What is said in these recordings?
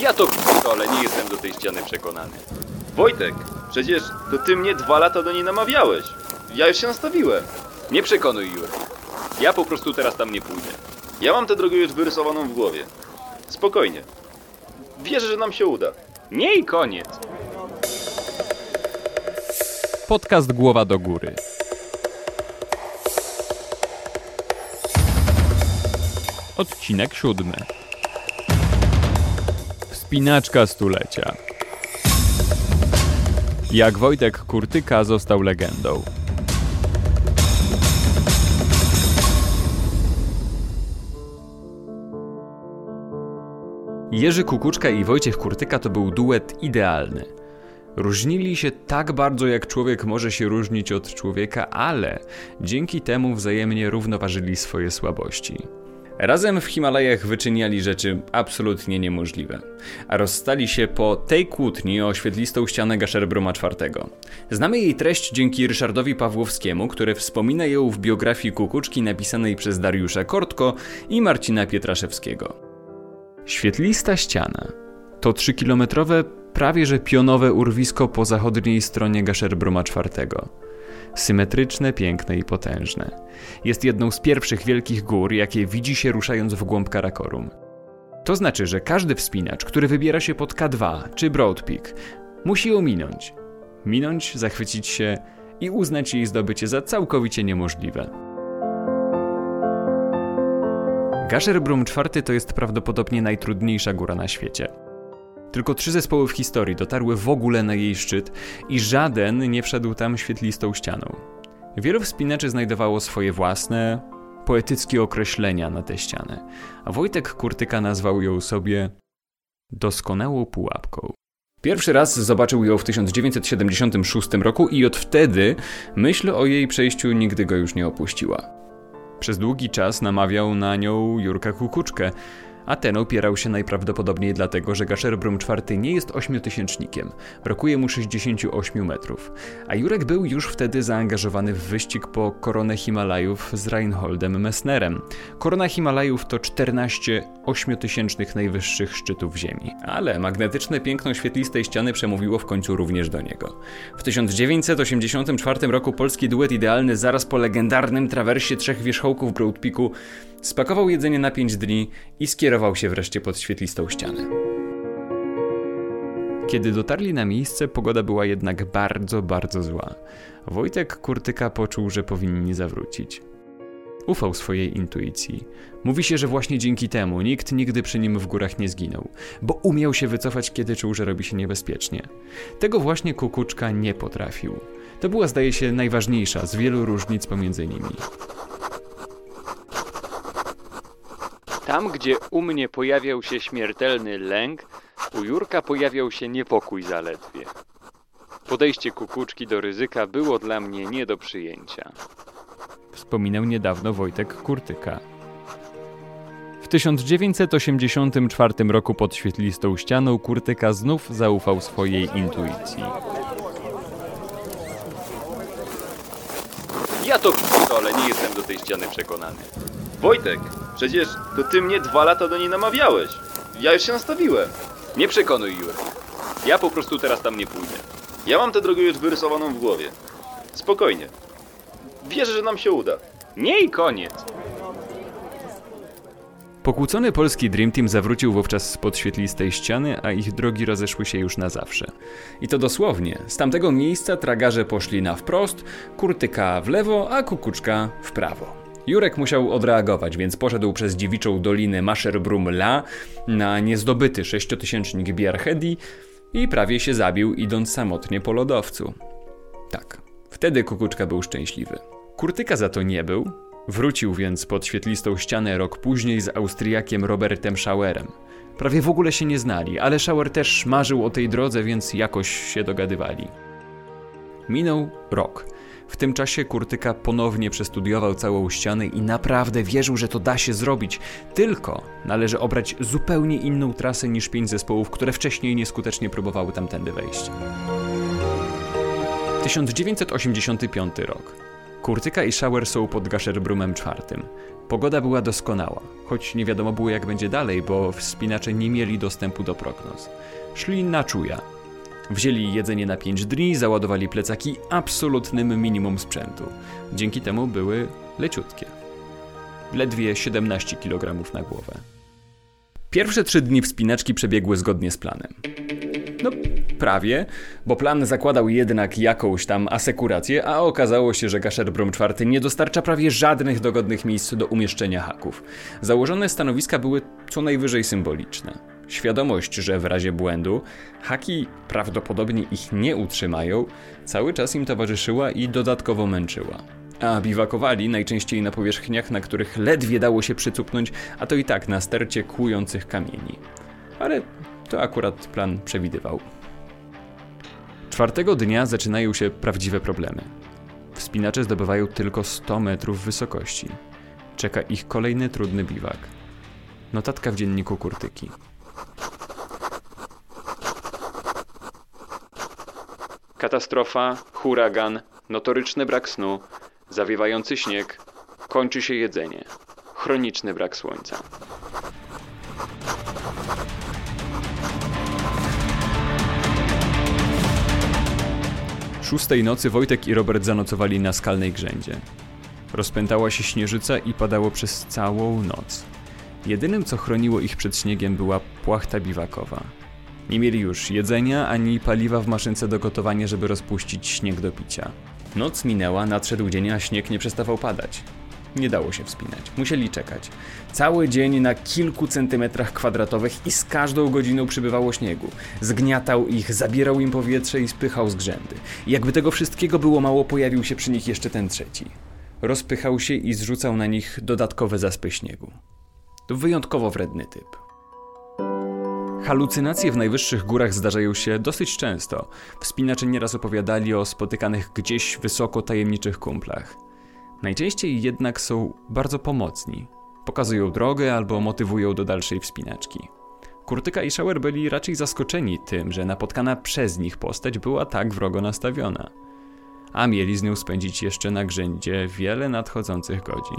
Ja to p***dolę, nie jestem do tej ściany przekonany. Wojtek, przecież to ty mnie 2 lata do niej namawiałeś. Ja już się nastawiłem. Nie przekonuj, Jurek. Ja po prostu teraz tam nie pójdę. Ja mam tę drogę już wyrysowaną w głowie. Spokojnie. Wierzę, że nam się uda. Nie i koniec. Podcast Głowa do Góry. Odcinek 7. Wspinaczka stulecia. Jak Wojtek Kurtyka został legendą. Jerzy Kukuczka i Wojciech Kurtyka to był duet idealny. Różnili się tak bardzo, jak człowiek może się różnić od człowieka, ale dzięki temu wzajemnie równoważyli swoje słabości. Razem w Himalajach wyczyniali rzeczy absolutnie niemożliwe, a rozstali się po tej kłótni o świetlistą ścianę Gaszerbruma IV. Znamy jej treść dzięki Ryszardowi Pawłowskiemu, który wspomina ją w biografii Kukuczki napisanej przez Dariusza Kortko i Marcina Pietraszewskiego. Świetlista ściana to 3-kilometrowe, prawie że pionowe urwisko po zachodniej stronie Gaszerbruma IV. Symetryczne, piękne i potężne. Jest jedną z pierwszych wielkich gór, jakie widzi się ruszając w głąb Karakorum. To znaczy, że każdy wspinacz, który wybiera się pod K2 czy Broad Peak, musi ją minąć. Minąć, zachwycić się i uznać jej zdobycie za całkowicie niemożliwe. Gaszerbrum IV to jest prawdopodobnie najtrudniejsza góra na świecie. Tylko 3 zespoły w historii dotarły w ogóle na jej szczyt i żaden nie wszedł tam świetlistą ścianą. Wielu wspinaczy znajdowało swoje własne, poetyckie określenia na tę ścianę, a Wojtek Kurtyka nazwał ją sobie doskonałą pułapką. Pierwszy raz zobaczył ją w 1976 roku i od wtedy myśl o jej przejściu nigdy go już nie opuściła. Przez długi czas namawiał na nią Jurka Kukuczkę, a ten opierał się najprawdopodobniej dlatego, że Gaszerbrum IV nie jest 8-tysięcznikiem, brakuje mu 68 metrów, a Jurek był już wtedy zaangażowany w wyścig po koronę Himalajów z Reinholdem Messnerem. Korona Himalajów to 14 8-tysięcznych najwyższych szczytów Ziemi, ale magnetyczne piękno świetlistej ściany przemówiło w końcu również do niego. W 1984 roku polski duet idealny zaraz po legendarnym trawersie 3 wierzchołków Broad Peaku spakował jedzenie na 5 dni i skierował się wreszcie pod świetlistą ścianę. Kiedy dotarli na miejsce, pogoda była jednak bardzo, bardzo zła. Wojtek Kurtyka poczuł, że powinni zawrócić. Ufał swojej intuicji. Mówi się, że właśnie dzięki temu nikt nigdy przy nim w górach nie zginął, bo umiał się wycofać, kiedy czuł, że robi się niebezpiecznie. Tego właśnie Kukuczka nie potrafił. To była, zdaje się, najważniejsza z wielu różnic pomiędzy nimi. Tam, gdzie u mnie pojawiał się śmiertelny lęk, u Jurka pojawiał się niepokój zaledwie. Podejście Kukuczki do ryzyka było dla mnie nie do przyjęcia. Wspominał niedawno Wojtek Kurtyka. W 1984 roku pod świetlistą ścianą Kurtyka znów zaufał swojej intuicji. Ja to p***dolę, nie jestem do tej ściany przekonany. Wojtek, przecież to ty mnie 2 lata do niej namawiałeś. Ja już się nastawiłem. Nie przekonuj, Jurek. Ja po prostu teraz tam nie pójdę. Ja mam tę drogę już wyrysowaną w głowie. Spokojnie. Wierzę, że nam się uda. Nie i koniec. Pokłócony polski Dream Team zawrócił wówczas spod świetlistej ściany, a ich drogi rozeszły się już na zawsze. I to dosłownie. Z tamtego miejsca tragarze poszli na wprost, Kurtyka w lewo, a Kukuczka w prawo. Jurek musiał odreagować, więc poszedł przez dziewiczą dolinę Masherbrum La na niezdobyty 6-tysięcznik Bierhedi i prawie się zabił, idąc samotnie po lodowcu. Tak, wtedy Kukuczka był szczęśliwy. Kurtyka za to nie był. Wrócił więc pod świetlistą ścianę rok później z Austriakiem Robertem Schauerem. Prawie w ogóle się nie znali, ale Schauer też marzył o tej drodze, więc jakoś się dogadywali. Minął rok. W tym czasie Kurtyka ponownie przestudiował całą ścianę i naprawdę wierzył, że to da się zrobić. Tylko należy obrać zupełnie inną trasę niż 5 zespołów, które wcześniej nieskutecznie próbowały tamtędy wejść. 1985 rok. Kurtyka i Schauer są pod Gasherbrumem IV. Pogoda była doskonała, choć nie wiadomo było jak będzie dalej, bo wspinacze nie mieli dostępu do prognoz. Szli na czuja. Wzięli jedzenie na 5 dni, załadowali plecaki absolutnym minimum sprzętu. Dzięki temu były leciutkie. Ledwie 17 kg na głowę. Pierwsze 3 dni wspinaczki przebiegły zgodnie z planem. No, prawie, bo plan zakładał jednak jakąś tam asekurację, a okazało się, że Gasherbrum IV nie dostarcza prawie żadnych dogodnych miejsc do umieszczenia haków. Założone stanowiska były co najwyżej symboliczne. Świadomość, że w razie błędu haki prawdopodobnie ich nie utrzymają, cały czas im towarzyszyła i dodatkowo męczyła. A biwakowali najczęściej na powierzchniach, na których ledwie dało się przycupnąć, a to i tak na stercie kłujących kamieni. Ale to akurat plan przewidywał. 4. dnia zaczynają się prawdziwe problemy. Wspinacze zdobywają tylko 100 metrów wysokości. Czeka ich kolejny trudny biwak. Notatka w dzienniku Kurtyki. Katastrofa, huragan, notoryczny brak snu, zawiewający śnieg, kończy się jedzenie, chroniczny brak słońca. Szóstej nocy Wojtek i Robert zanocowali na skalnej grzędzie. Rozpętała się śnieżyca i padało przez całą noc. Jedynym, co chroniło ich przed śniegiem, była płachta biwakowa. Nie mieli już jedzenia ani paliwa w maszynce do gotowania, żeby rozpuścić śnieg do picia. Noc minęła, nadszedł dzień, a śnieg nie przestawał padać. Nie dało się wspinać. Musieli czekać. Cały dzień na kilku centymetrach kwadratowych i z każdą godziną przybywało śniegu. Zgniatał ich, zabierał im powietrze i spychał z grzędy. I jakby tego wszystkiego było mało, pojawił się przy nich jeszcze ten trzeci. Rozpychał się i zrzucał na nich dodatkowe zaspy śniegu. To wyjątkowo wredny typ. Halucynacje w najwyższych górach zdarzają się dosyć często. Wspinacze nieraz opowiadali o spotykanych gdzieś wysoko tajemniczych kumplach. Najczęściej jednak są bardzo pomocni. Pokazują drogę albo motywują do dalszej wspinaczki. Kurtyka i Schauer byli raczej zaskoczeni tym, że napotkana przez nich postać była tak wrogo nastawiona. A mieli z nią spędzić jeszcze na grzędzie wiele nadchodzących godzin.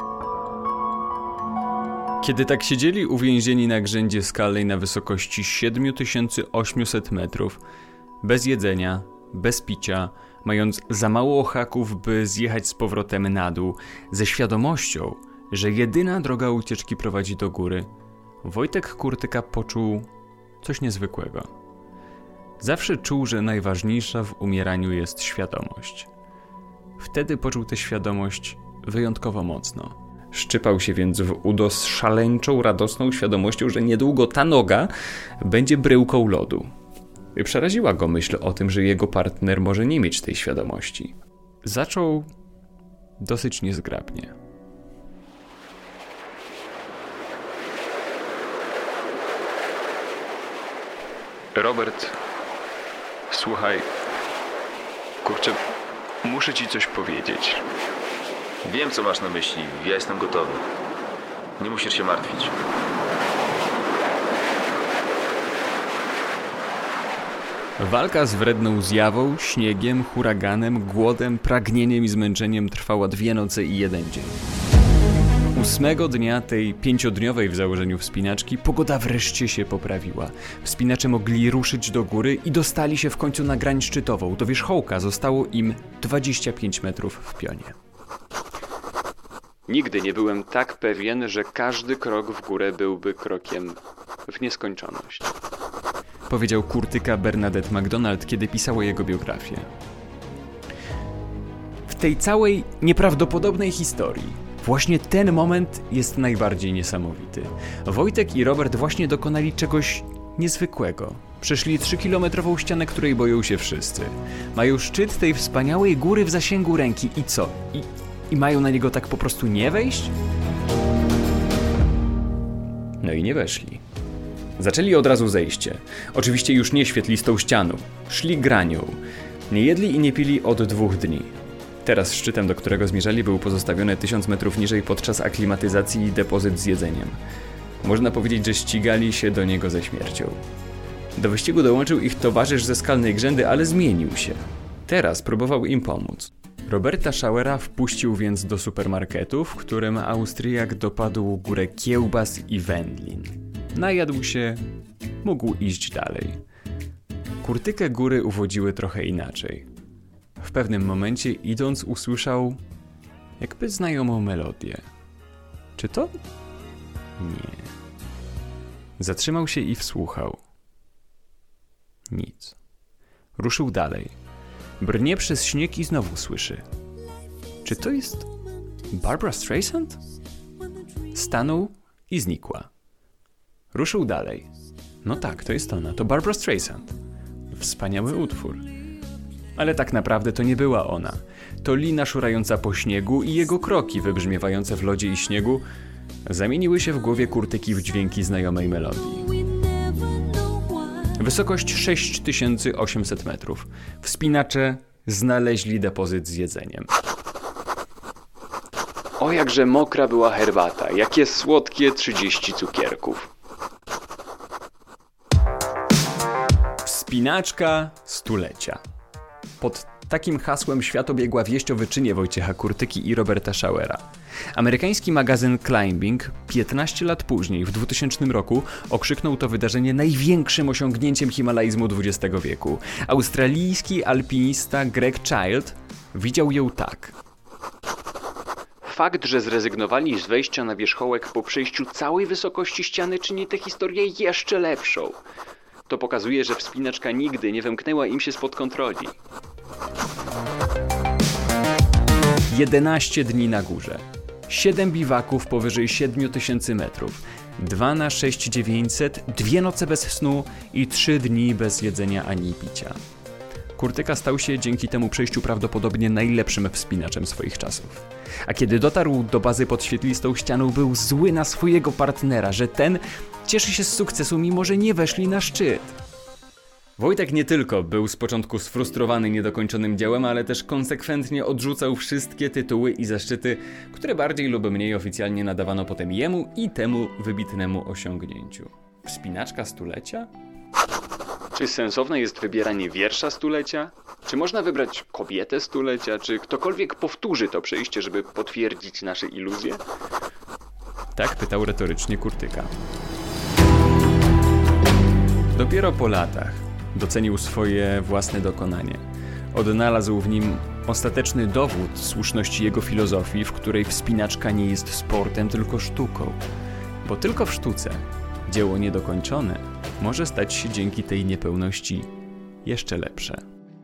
Kiedy tak siedzieli uwięzieni na grzędzie skalnej na wysokości 7800 metrów, bez jedzenia, bez picia, mając za mało haków, by zjechać z powrotem na dół, ze świadomością, że jedyna droga ucieczki prowadzi do góry, Wojtek Kurtyka poczuł coś niezwykłego. Zawsze czuł, że najważniejsza w umieraniu jest świadomość. Wtedy poczuł tę świadomość wyjątkowo mocno. Szczypał się więc w udo z szaleńczą, radosną świadomością, że niedługo ta noga będzie bryłką lodu. Przeraziła go myśl o tym, że jego partner może nie mieć tej świadomości. Zaczął dosyć niezgrabnie. Robert, słuchaj, kurczę, muszę ci coś powiedzieć. Wiem, co masz na myśli. Ja jestem gotowy. Nie musisz się martwić. Walka z wredną zjawą, śniegiem, huraganem, głodem, pragnieniem i zmęczeniem trwała 2 noce i 1 dzień. 8. dnia tej 5-dniowej w założeniu wspinaczki pogoda wreszcie się poprawiła. Wspinacze mogli ruszyć do góry i dostali się w końcu na grań szczytową. Do wierzchołka zostało im 25 metrów w pionie. Nigdy nie byłem tak pewien, że każdy krok w górę byłby krokiem w nieskończoność. Powiedział Kurtyka Bernadette MacDonald, kiedy pisała jego biografię. W tej całej nieprawdopodobnej historii właśnie ten moment jest najbardziej niesamowity. Wojtek i Robert właśnie dokonali czegoś niezwykłego. Przeszli 3-kilometrową ścianę, której boją się wszyscy. Mają szczyt tej wspaniałej góry w zasięgu ręki. I co? I mają na niego tak po prostu nie wejść? No i nie weszli. Zaczęli od razu zejście. Oczywiście już nie świetlistą ścianą. Szli granią. Nie jedli i nie pili od 2 dni. Teraz szczytem, do którego zmierzali, był pozostawiony 1000 metrów niżej podczas aklimatyzacji depozyt z jedzeniem. Można powiedzieć, że ścigali się do niego ze śmiercią. Do wyścigu dołączył ich towarzysz ze skalnej grzędy, ale zmienił się. Teraz próbował im pomóc. Roberta Schauera wpuścił więc do supermarketu, w którym Austriak dopadł górę kiełbas i wędlin. Najadł się, mógł iść dalej. Kurtykę góry uwodziły trochę inaczej. W pewnym momencie idąc usłyszał jakby znajomą melodię. Czy to? Nie. Zatrzymał się i wsłuchał. Nic. Ruszył dalej. Brnie przez śnieg i znowu słyszy. Czy to jest Barbra Streisand? Stanął i znikła. Ruszył dalej. No tak, to jest ona, to Barbra Streisand. Wspaniały utwór. Ale tak naprawdę to nie była ona. To lina szurająca po śniegu i jego kroki wybrzmiewające w lodzie i śniegu zamieniły się w głowie Kurtyki w dźwięki znajomej melodii. Wysokość 6800 metrów. Wspinacze znaleźli depozyt z jedzeniem. O, jakże mokra była herbata, jakie słodkie 30 cukierków. Wspinaczka stulecia. Pod takim hasłem świat obiegła wieść o wyczynie Wojciecha Kurtyki i Roberta Schauera. Amerykański magazyn Climbing 15 lat później, w 2000 roku, okrzyknął to wydarzenie największym osiągnięciem himalaizmu XX wieku. Australijski alpinista Greg Child widział ją tak. Fakt, że zrezygnowali z wejścia na wierzchołek po przejściu całej wysokości ściany, czyni tę historię jeszcze lepszą. To pokazuje, że wspinaczka nigdy nie wymknęła im się spod kontroli. 11 dni na górze. 7 biwaków powyżej 7000 metrów. 2 na 6900, 2 noce bez snu i 3 dni bez jedzenia ani picia. Kurtyka stał się dzięki temu przejściu prawdopodobnie najlepszym wspinaczem swoich czasów. A kiedy dotarł do bazy pod świetlistą ścianą, był zły na swojego partnera, że ten cieszy się z sukcesu, mimo że nie weszli na szczyt. Wojtek nie tylko był z początku sfrustrowany niedokończonym dziełem, ale też konsekwentnie odrzucał wszystkie tytuły i zaszczyty, które bardziej lub mniej oficjalnie nadawano potem jemu i temu wybitnemu osiągnięciu. Wspinaczka stulecia? Czy sensowne jest wybieranie wiersza stulecia? Czy można wybrać kobietę stulecia? Czy ktokolwiek powtórzy to przejście, żeby potwierdzić nasze iluzje? Tak pytał retorycznie Kurtyka. Dopiero po latach docenił swoje własne dokonanie. Odnalazł w nim ostateczny dowód słuszności jego filozofii, w której wspinaczka nie jest sportem, tylko sztuką. Bo tylko w sztuce dzieło niedokończone może stać się dzięki tej niepełności jeszcze lepsze.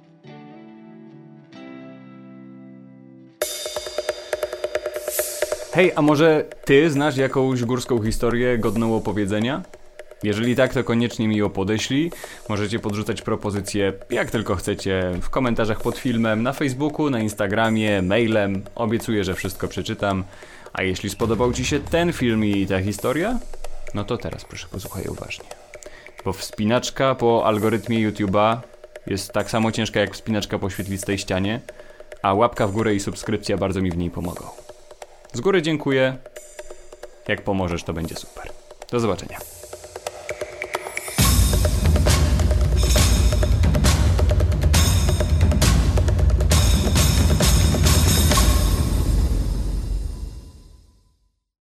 Hej, a może ty znasz jakąś górską historię godną opowiedzenia? Jeżeli tak, to koniecznie mi ją podeślij. Możecie podrzucać propozycje jak tylko chcecie w komentarzach pod filmem, na Facebooku, na Instagramie, mailem. Obiecuję, że wszystko przeczytam. A jeśli spodobał ci się ten film i ta historia, no to teraz proszę posłuchaj uważnie. Bo wspinaczka po algorytmie YouTube'a jest tak samo ciężka jak wspinaczka po świetlistej ścianie, a łapka w górę i subskrypcja bardzo mi w niej pomogą. Z góry dziękuję. Jak pomożesz, to będzie super. Do zobaczenia.